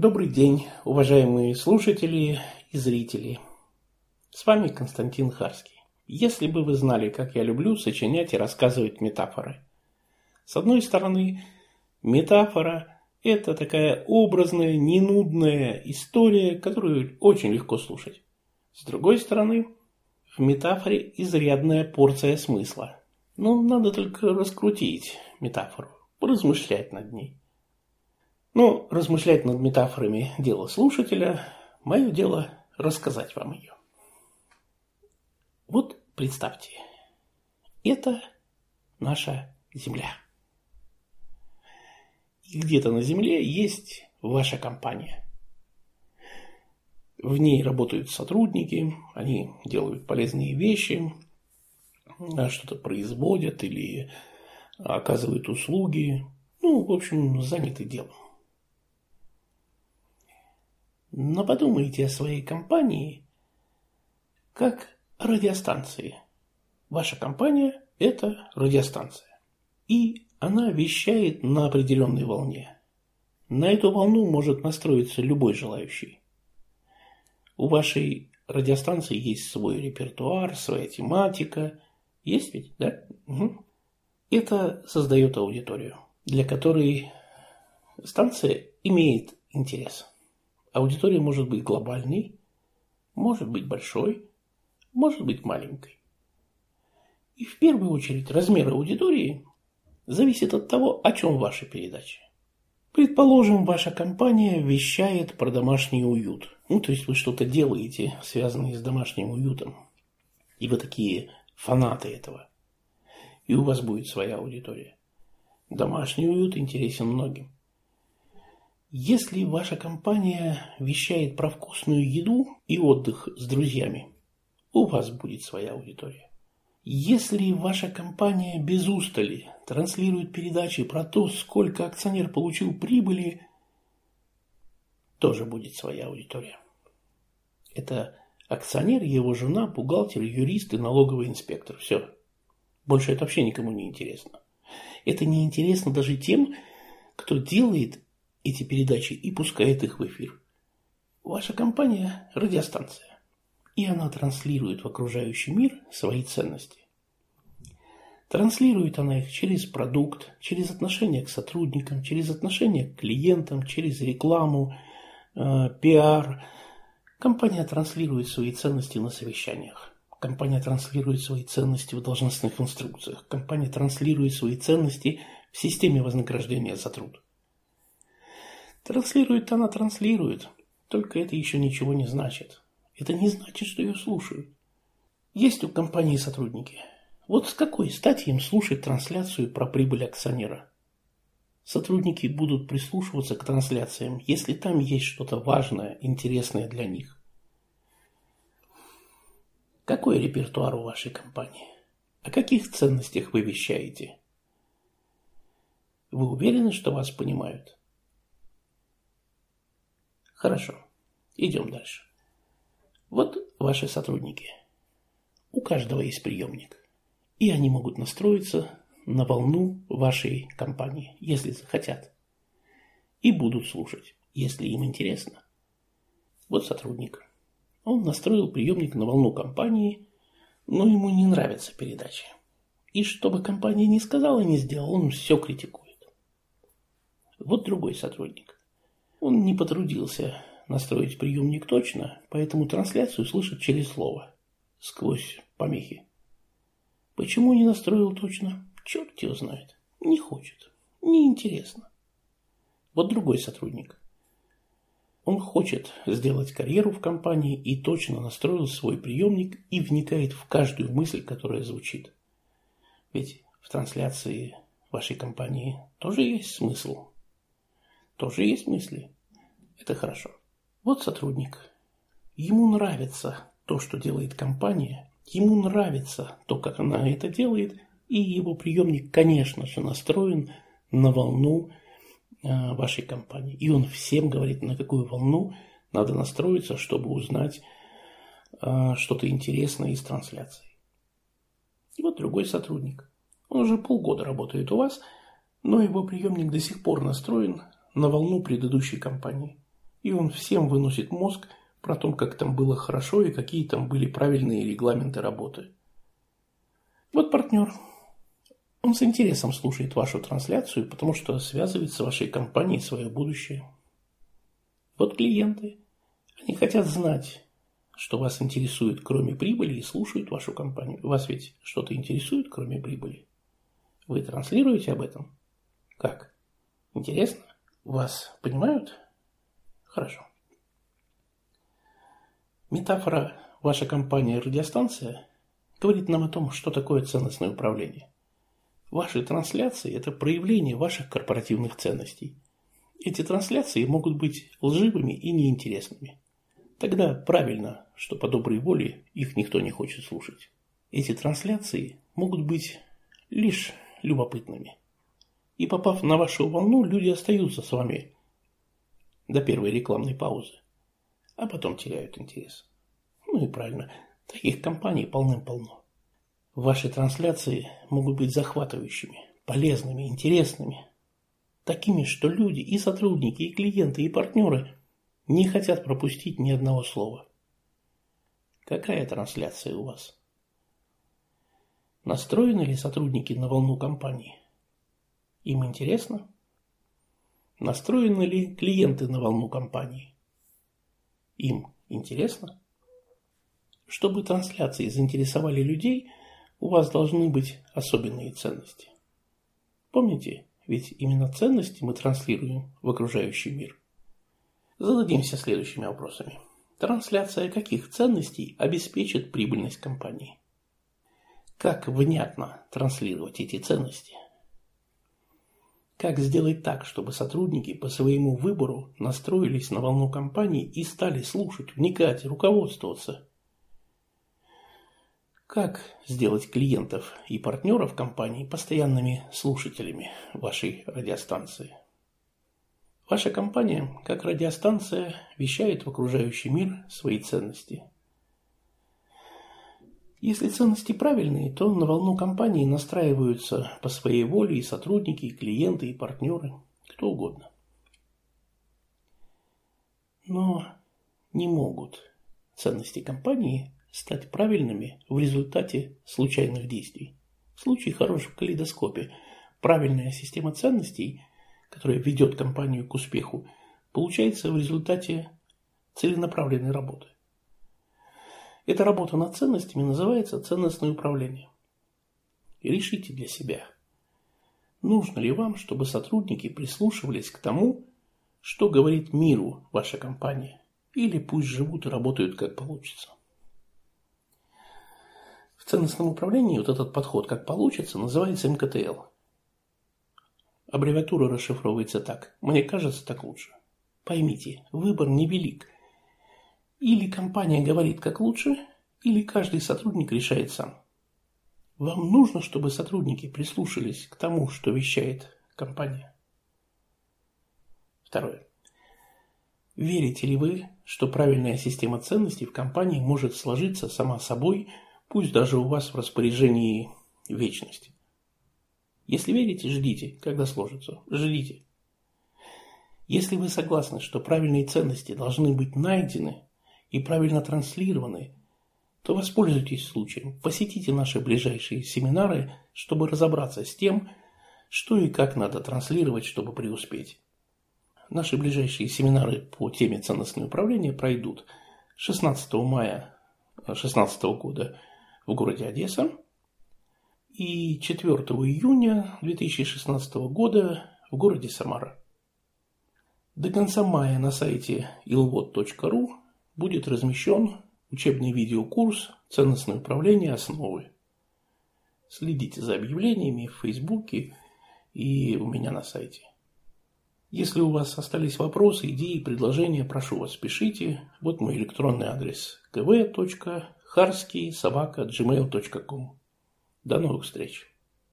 Добрый день, уважаемые слушатели и зрители. С вами Константин Харский. Если бы вы знали, как я люблю сочинять и рассказывать метафоры. С одной стороны, метафора – это такая образная, ненудная история, которую очень легко слушать. С другой стороны, в метафоре изрядная порция смысла. Но надо только раскрутить метафору, поразмышлять над ней. Но размышлять над метафорами – дело слушателя, мое дело – рассказать вам ее. Вот представьте, это наша Земля. И где-то на Земле есть ваша компания. В ней работают сотрудники, они делают полезные вещи, что-то производят или оказывают услуги, в общем, заняты делом. Но подумайте о своей компании как о радиостанции. Ваша компания – это радиостанция. И она вещает на определенной волне. На эту волну может настроиться любой желающий. У вашей радиостанции есть свой репертуар, своя тематика. Есть ведь, да? Угу. Это создает аудиторию, для которой станция имеет интерес. Аудитория может быть глобальной, может быть большой, может быть маленькой. И в первую очередь размер аудитории зависит от того, о чем ваша передача. Предположим, ваша компания вещает про домашний уют. То есть вы что-то делаете, связанное с домашним уютом. И вы такие фанаты этого. И у вас будет своя аудитория. Домашний уют интересен многим. Если ваша компания вещает про вкусную еду и отдых с друзьями, у вас будет своя аудитория. Если ваша компания без устали транслирует передачи про то, сколько акционер получил прибыли, тоже будет своя аудитория. Это акционер, его жена, бухгалтер, юрист и налоговый инспектор. Все. Больше это вообще никому не интересно. Это не интересно даже тем, кто делает эти передачи и пускает их в эфир. Ваша компания – радиостанция, и она транслирует в окружающий мир свои ценности. Транслирует она их через продукт, через отношение к сотрудникам, через отношение к клиентам, через рекламу, пиар. Компания транслирует свои ценности на совещаниях. Компания транслирует свои ценности в должностных инструкциях. Компания транслирует свои ценности в системе вознаграждения за труд. Транслирует она транслирует, только это еще ничего не значит. Это не значит, что ее слушают. Есть у компании сотрудники. Вот с какой стати им слушать трансляцию про прибыль акционера? Сотрудники будут прислушиваться к трансляциям, если там есть что-то важное, интересное для них. Какой репертуар у вашей компании? О каких ценностях вы вещаете? Вы уверены, что вас понимают? Хорошо, идем дальше. Вот ваши сотрудники. У каждого есть приемник. И они могут настроиться на волну вашей компании, если захотят. И будут слушать, если им интересно. Вот сотрудник. Он настроил приемник на волну компании, но ему не нравится передача. И что бы компания ни сказала, ни сделала, он все критикует. Вот другой сотрудник. Он не потрудился настроить приемник точно, поэтому трансляцию слышит через слово, сквозь помехи. Почему не настроил точно? Черт его знает. Не хочет. Неинтересно. Вот другой сотрудник. Он хочет сделать карьеру в компании и точно настроил свой приемник и вникает в каждую мысль, которая звучит. Ведь в трансляции вашей компании тоже есть смысл. Тоже есть мысли. Это хорошо. Вот сотрудник. Ему нравится то, что делает компания. Ему нравится то, как она это делает. И его приемник, конечно же, настроен на волну вашей компании. И он всем говорит, на какую волну надо настроиться, чтобы узнать что-то интересное из трансляции. И вот другой сотрудник. Он уже полгода работает у вас, но его приемник до сих пор настроен на волну предыдущей компании. и он всем выносит мозг про то, как там было хорошо и какие там были правильные регламенты работы. Вот партнер. Он с интересом слушает вашу трансляцию, потому что связывает с вашей компанией свое будущее. Вот клиенты. Они хотят знать, что вас интересует, кроме прибыли, и слушают вашу компанию. Вас ведь что-то интересует, кроме прибыли? Вы транслируете об этом? Как? Интересно? Вас понимают? Хорошо. Метафора «ваша компания – радиостанция» говорит нам о том, что такое ценностное управление. Ваши трансляции – это проявление ваших корпоративных ценностей. Эти трансляции могут быть лживыми и неинтересными. Тогда правильно, что по доброй воле их никто не хочет слушать. Эти трансляции могут быть лишь любопытными. И попав на вашу волну, люди остаются с вами до первой рекламной паузы, а потом теряют интерес. Ну и правильно, таких компаний полным-полно. Ваши трансляции могут быть захватывающими, полезными, интересными. Такими, что люди, и сотрудники, и клиенты, и партнеры не хотят пропустить ни одного слова. Какая трансляция у вас? Настроены ли сотрудники на волну компании? Им интересно? Настроены ли клиенты на волну компании? Им интересно? Чтобы трансляции заинтересовали людей, у вас должны быть особенные ценности. Помните, ведь именно ценности мы транслируем в окружающий мир. Зададимся следующими вопросами. Трансляция каких ценностей обеспечит прибыльность компании? Как внятно транслировать эти ценности? Как сделать так, чтобы сотрудники по своему выбору настроились на волну компании и стали слушать, вникать, руководствоваться? Как сделать клиентов и партнеров компании постоянными слушателями вашей радиостанции? Ваша компания, как радиостанция, вещает в окружающий мир свои ценности. Если ценности правильные, то на волну компании настраиваются по своей воле и сотрудники, и клиенты, и партнеры, кто угодно. Но не могут ценности компании стать правильными в результате случайных действий. В случае хорошем калейдоскопе правильная система ценностей, которая ведет компанию к успеху, получается в результате целенаправленной работы. Эта работа над ценностями называется ценностное управление. И решите для себя, нужно ли вам, чтобы сотрудники прислушивались к тому, что говорит миру ваша компания, или пусть живут и работают как получится. В ценностном управлении вот этот подход «как получится» называется МКТЛ. Аббревиатура расшифровывается так: «Мне кажется, так лучше». Поймите, выбор невелик. Или компания говорит, как лучше, или каждый сотрудник решает сам. Вам нужно, чтобы сотрудники прислушались к тому, что вещает компания. Второе. Верите ли вы, что правильная система ценностей в компании может сложиться сама собой, пусть даже у вас в распоряжении вечность? Если верите, ждите, когда сложится. Ждите. Если вы согласны, что правильные ценности должны быть найдены и правильно транслированы, то воспользуйтесь случаем, посетите наши ближайшие семинары, чтобы разобраться с тем, что и как надо транслировать, чтобы преуспеть. Наши ближайшие семинары по теме ценностное управление пройдут 16 мая 2016 года в городе Одесса и 4 июня 2016 года в городе Самара. До конца мая на сайте ilvod.ru будет размещен учебный видеокурс «Ценностное управление. Основы». Следите за объявлениями в Фейсбуке и у меня на сайте. Если у вас остались вопросы, идеи, предложения, прошу вас, пишите. Вот мой электронный адрес: kv.harskiy@gmail.com. До новых встреч!